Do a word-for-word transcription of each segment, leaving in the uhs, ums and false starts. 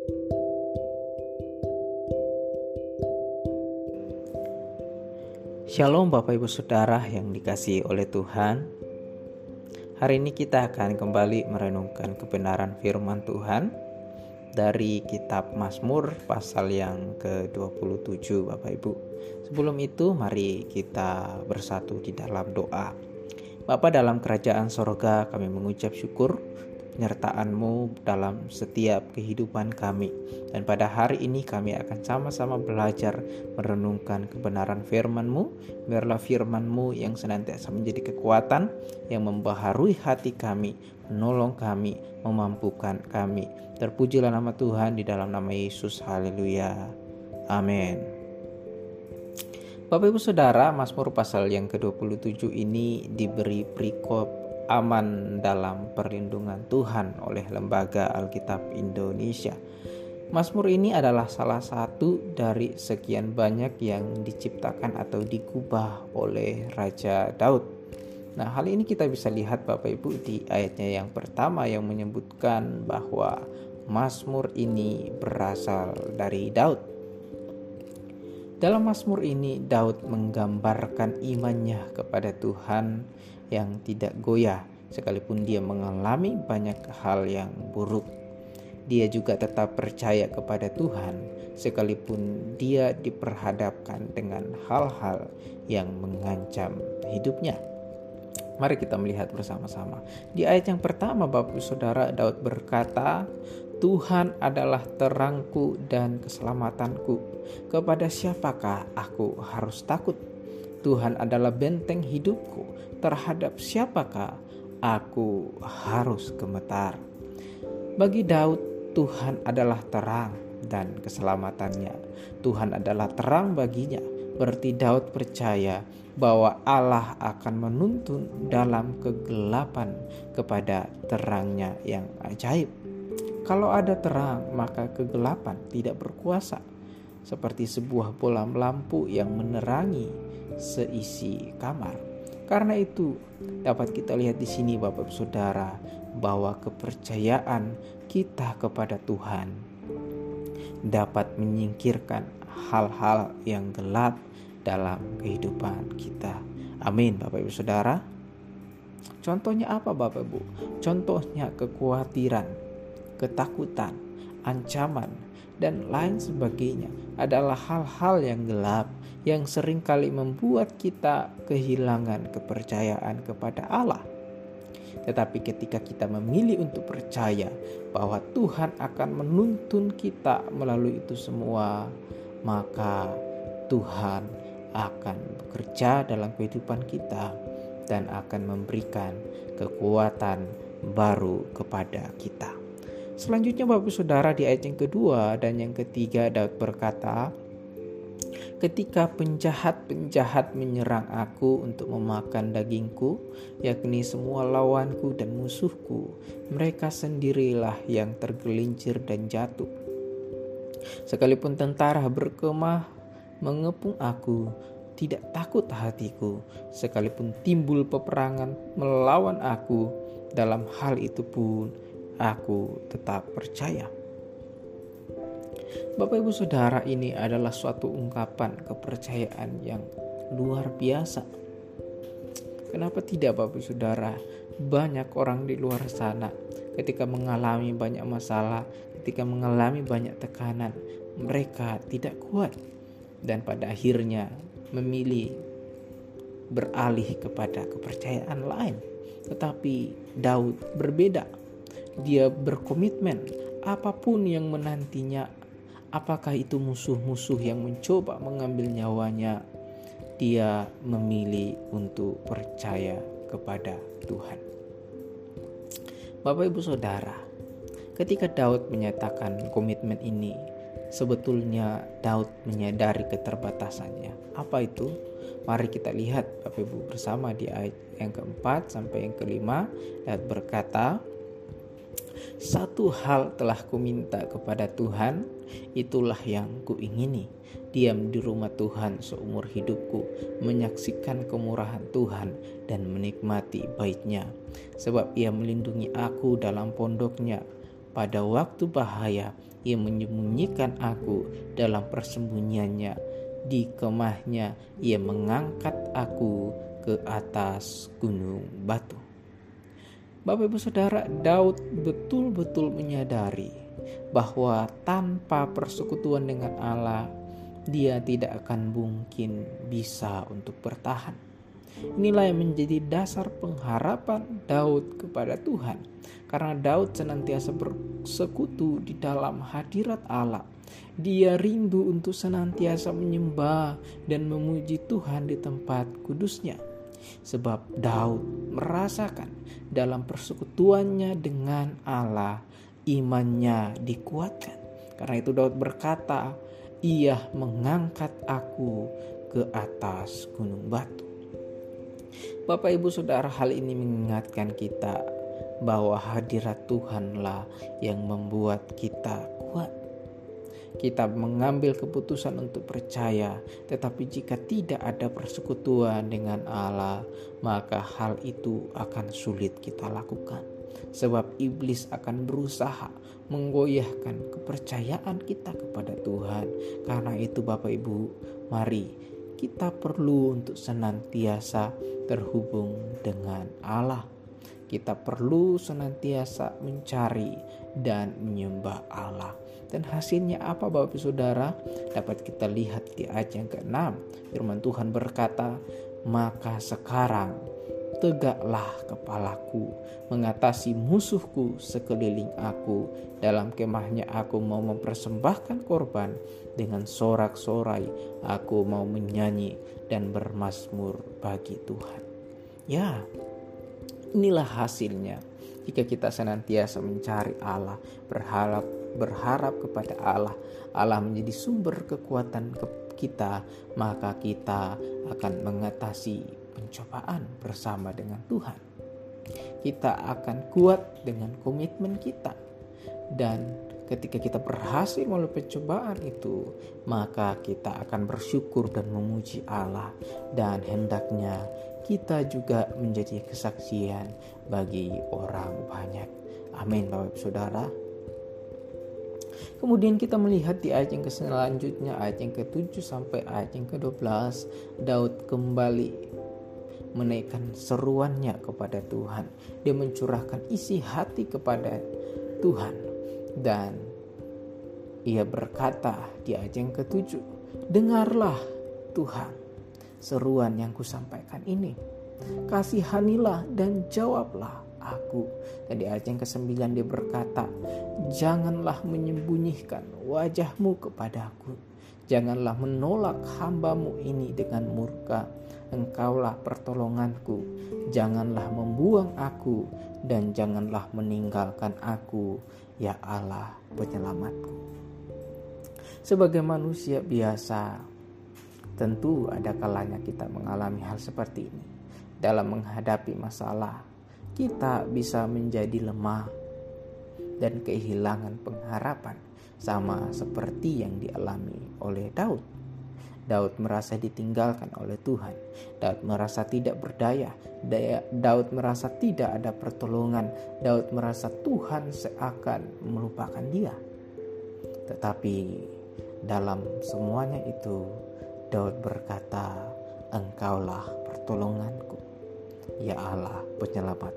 Shalom Bapak Ibu Saudara yang dikasihi oleh Tuhan. Hari ini kita akan kembali merenungkan kebenaran firman Tuhan dari kitab Mazmur pasal yang ke dua puluh tujuh Bapak Ibu. Sebelum itu mari kita bersatu di dalam doa. Bapa dalam kerajaan sorga, kami mengucap syukur penyertaan-Mu dalam setiap kehidupan kami. Dan pada hari ini kami akan sama-sama belajar merenungkan kebenaran firman-Mu. Biarlah firman-Mu yang senantiasa menjadi kekuatan yang membaharui hati kami, menolong kami, memampukan kami. Terpujilah nama Tuhan di dalam nama Yesus. Haleluya. Amin. Bapak Ibu Saudara, Mazmur pasal yang ke dua puluh tujuh ini diberi perikop aman dalam perlindungan Tuhan oleh Lembaga Alkitab Indonesia. Mazmur ini adalah salah satu dari sekian banyak yang diciptakan atau digubah oleh Raja Daud. Nah, hal ini kita bisa lihat Bapak Ibu di ayatnya yang pertama yang menyebutkan bahwa Mazmur ini berasal dari Daud. Dalam Mazmur ini Daud menggambarkan imannya kepada Tuhan yang tidak goyah sekalipun dia mengalami banyak hal yang buruk. Dia juga tetap percaya kepada Tuhan sekalipun dia diperhadapkan dengan hal-hal yang mengancam hidupnya. Mari kita melihat bersama-sama. Di ayat yang pertama Bapak Saudara, Daud berkata, Tuhan adalah terangku dan keselamatanku. Kepada siapakah aku harus takut? Tuhan adalah benteng hidupku. Terhadap siapakah aku harus gemetar? Bagi Daud, Tuhan adalah terang dan keselamatannya. Tuhan adalah terang baginya. Berarti Daud percaya bahwa Allah akan menuntun dalam kegelapan kepada terangnya yang ajaib. Kalau ada terang, maka kegelapan tidak berkuasa. Seperti sebuah bola lampu yang menerangi seisi kamar. Karena itu dapat kita lihat di sini Bapak Saudara bahwa kepercayaan kita kepada Tuhan dapat menyingkirkan hal-hal yang gelap dalam kehidupan kita. Amin Bapak Ibu Saudara. Contohnya apa Bapak Ibu? Contohnya kekhawatiran, ketakutan, ancaman, dan lain sebagainya adalah hal-hal yang gelap yang seringkali membuat kita kehilangan kepercayaan kepada Allah. Tetapi ketika kita memilih untuk percaya bahwa Tuhan akan menuntun kita melalui itu semua, maka Tuhan akan bekerja dalam kehidupan kita dan akan memberikan kekuatan baru kepada kita. Selanjutnya Bapak Saudara, di ayat yang kedua dan yang ketiga Daud berkata, ketika penjahat-penjahat menyerang aku untuk memakan dagingku, yakni semua lawanku dan musuhku, mereka sendirilah yang tergelincir dan jatuh. Sekalipun tentara berkemah mengepung aku, tidak takut hatiku. Sekalipun timbul peperangan melawan aku, dalam hal itu pun aku tetap percaya. Bapak Ibu Saudara, ini adalah suatu ungkapan kepercayaan yang luar biasa. Kenapa tidak Bapak Ibu Saudara? Banyak orang di luar sana ketika mengalami banyak masalah, ketika mengalami banyak tekanan, mereka tidak kuat dan pada akhirnya memilih beralih kepada kepercayaan lain. Tetapi Daud berbeda. Dia berkomitmen apapun yang menantinya, apakah itu musuh-musuh yang mencoba mengambil nyawanya, dia memilih untuk percaya kepada Tuhan. Bapak Ibu Saudara, ketika Daud menyatakan komitmen ini, sebetulnya Daud menyadari keterbatasannya. Apa itu? Mari kita lihat Bapak Ibu bersama di ayat yang keempat sampai yang kelima. Daud berkata, satu hal telah kuminta kepada Tuhan, itulah yang kuingini, diam di rumah Tuhan seumur hidupku, menyaksikan kemurahan Tuhan dan menikmati baitnya. Sebab ia melindungi aku dalam pondoknya, Pada waktu bahaya, ia menyembunyikan aku dalam persembunyiannya. Di kemahnya, ia mengangkat aku ke atas gunung batu. Bapak Ibu Saudara, Daud betul-betul menyadari bahwa tanpa persekutuan dengan Allah, dia tidak akan mungkin bisa untuk bertahan. Inilah yang menjadi dasar pengharapan Daud kepada Tuhan. Karena Daud senantiasa bersekutu di dalam hadirat Allah. Dia rindu untuk senantiasa menyembah dan memuji Tuhan di tempat kudusnya. Sebab Daud merasakan dalam persekutuannya dengan Allah, imannya dikuatkan. Karena itu Daud berkata, "Ia mengangkat aku ke atas gunung batu." Bapak Ibu Saudara, hal ini mengingatkan kita bahwa hadirat Tuhanlah yang membuat kita kuat. Kita mengambil keputusan untuk percaya, tetapi jika tidak ada persekutuan dengan Allah, maka hal itu akan sulit kita lakukan. Sebab iblis akan berusaha menggoyahkan kepercayaan kita kepada Tuhan. Karena itu Bapak Ibu, mari kita perlu untuk senantiasa terhubung dengan Allah. Kita perlu senantiasa mencari dan menyembah Allah. Dan hasilnya apa Bapak Ibu Saudara? Dapat kita lihat di ayat yang keenam. Firman Tuhan berkata, "Maka sekarang tegaklah kepalaku, mengatasi musuhku sekeliling aku. Dalam kemahnya aku mau mempersembahkan korban, dengan sorak-sorai aku mau menyanyi dan bermazmur bagi Tuhan." Ya, inilah hasilnya jika kita senantiasa mencari Allah, berharap berharap kepada Allah. Allah menjadi sumber kekuatan kita, maka kita akan mengatasi pencobaan bersama dengan Tuhan. Kita akan kuat dengan komitmen kita. Dan ketika kita berhasil melalui pencobaan itu, maka kita akan bersyukur dan memuji Allah. Dan hendaknya kita juga menjadi kesaksian bagi orang banyak. Amin Bapak Ibu Saudara. Kemudian kita melihat di ayat yang selanjutnya, ayat yang ketujuh sampai ayat yang kedua belas, Daud kembali menaikkan seruannya kepada Tuhan. Dia mencurahkan isi hati kepada Tuhan. Dan ia berkata di ayat yang ketujuh, "Dengarlah Tuhan seruan yang kusampaikan ini. Kasihanilah dan jawablah aku." Dan di ayat yang kesembilan dia berkata, "Janganlah menyembunyikan wajahmu kepadaku. Janganlah menolak hambamu ini dengan murka. Engkaulah pertolonganku. Janganlah membuang aku dan janganlah meninggalkan aku, ya Allah penyelamatku." Sebagai manusia biasa, tentu ada kalanya kita mengalami hal seperti ini. Dalam menghadapi masalah, kita bisa menjadi lemah dan kehilangan pengharapan, sama seperti yang dialami oleh Daud. Daud merasa ditinggalkan oleh Tuhan. Daud merasa tidak berdaya. Daud merasa tidak ada pertolongan. Daud merasa Tuhan seakan melupakan dia. Tetapi dalam semuanya itu, Daud berkata, "Engkaulah pertolonganku, ya Allah penyelamatku."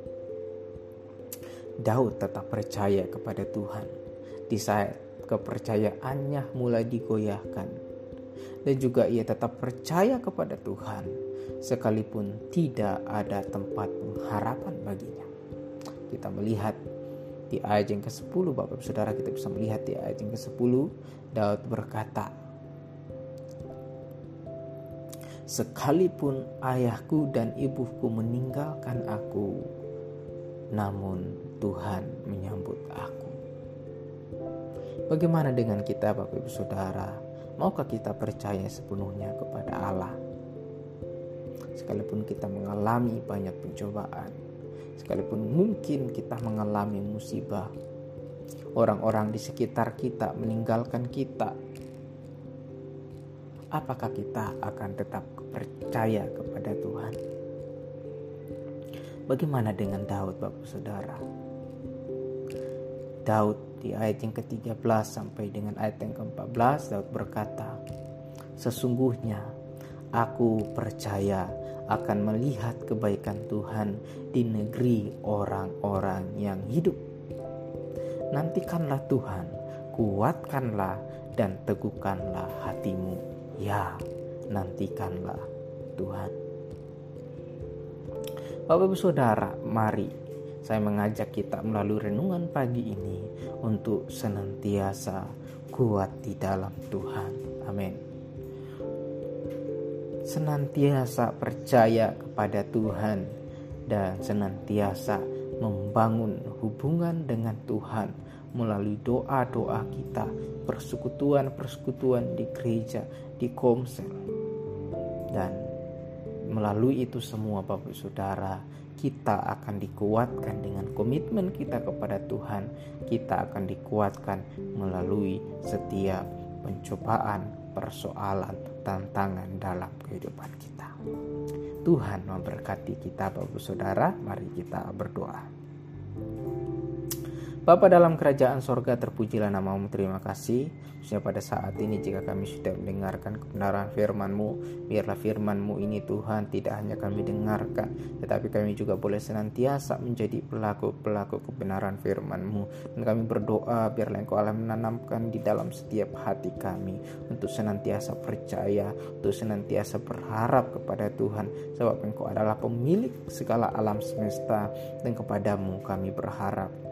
Daud tetap percaya kepada Tuhan di saat kepercayaannya mulai digoyahkan. Dan juga ia tetap percaya kepada Tuhan sekalipun tidak ada tempat pengharapan baginya. Kita melihat di ayat yang kesepuluh, Bapak Saudara, kita bisa melihat di ayat yang kesepuluh, Daud berkata, "Sekalipun ayahku dan ibuku meninggalkan aku, namun Tuhan menyambut aku." Bagaimana dengan kita Bapak Ibu Saudara? Maukah kita percaya sepenuhnya kepada Allah? Sekalipun kita mengalami banyak pencobaan, sekalipun mungkin kita mengalami musibah, orang-orang di sekitar kita meninggalkan kita, apakah kita akan tetap percaya kepada Tuhan? Bagaimana dengan Daud Bapak Saudara? Daud di ayat yang ketiga belas sampai dengan ayat yang keempat belas, Daud berkata, "Sesungguhnya aku percaya akan melihat kebaikan Tuhan di negeri orang-orang yang hidup. Nantikanlah Tuhan, kuatkanlah dan teguhkanlah hatimu. Ya, nantikanlah Tuhan." Bapak Ibu Saudara, mari saya mengajak kita melalui renungan pagi ini untuk senantiasa kuat di dalam Tuhan. Amin. Senantiasa percaya kepada Tuhan dan senantiasa membangun hubungan dengan Tuhan melalui doa-doa kita, persekutuan-persekutuan di gereja, di komsel. Dan melalui itu semua Bapak Saudara, kita akan dikuatkan dengan komitmen kita kepada Tuhan. Kita akan dikuatkan melalui setiap pencobaan, persoalan, tantangan dalam kehidupan kita. Tuhan memberkati kita Bapak Saudara. Mari kita berdoa. Bapa dalam kerajaan sorga, terpujilah namamu, terima kasih khususnya pada saat ini jika kami sudah mendengarkan kebenaran firman-Mu. Biarlah firman-Mu ini Tuhan tidak hanya kami dengarkan, tetapi kami juga boleh senantiasa menjadi pelaku-pelaku kebenaran firman-Mu. Dan kami berdoa biarlah Engkau Allah menanamkan di dalam setiap hati kami untuk senantiasa percaya, untuk senantiasa berharap kepada Tuhan, sebab Engkau adalah pemilik segala alam semesta dan kepadamu kami berharap.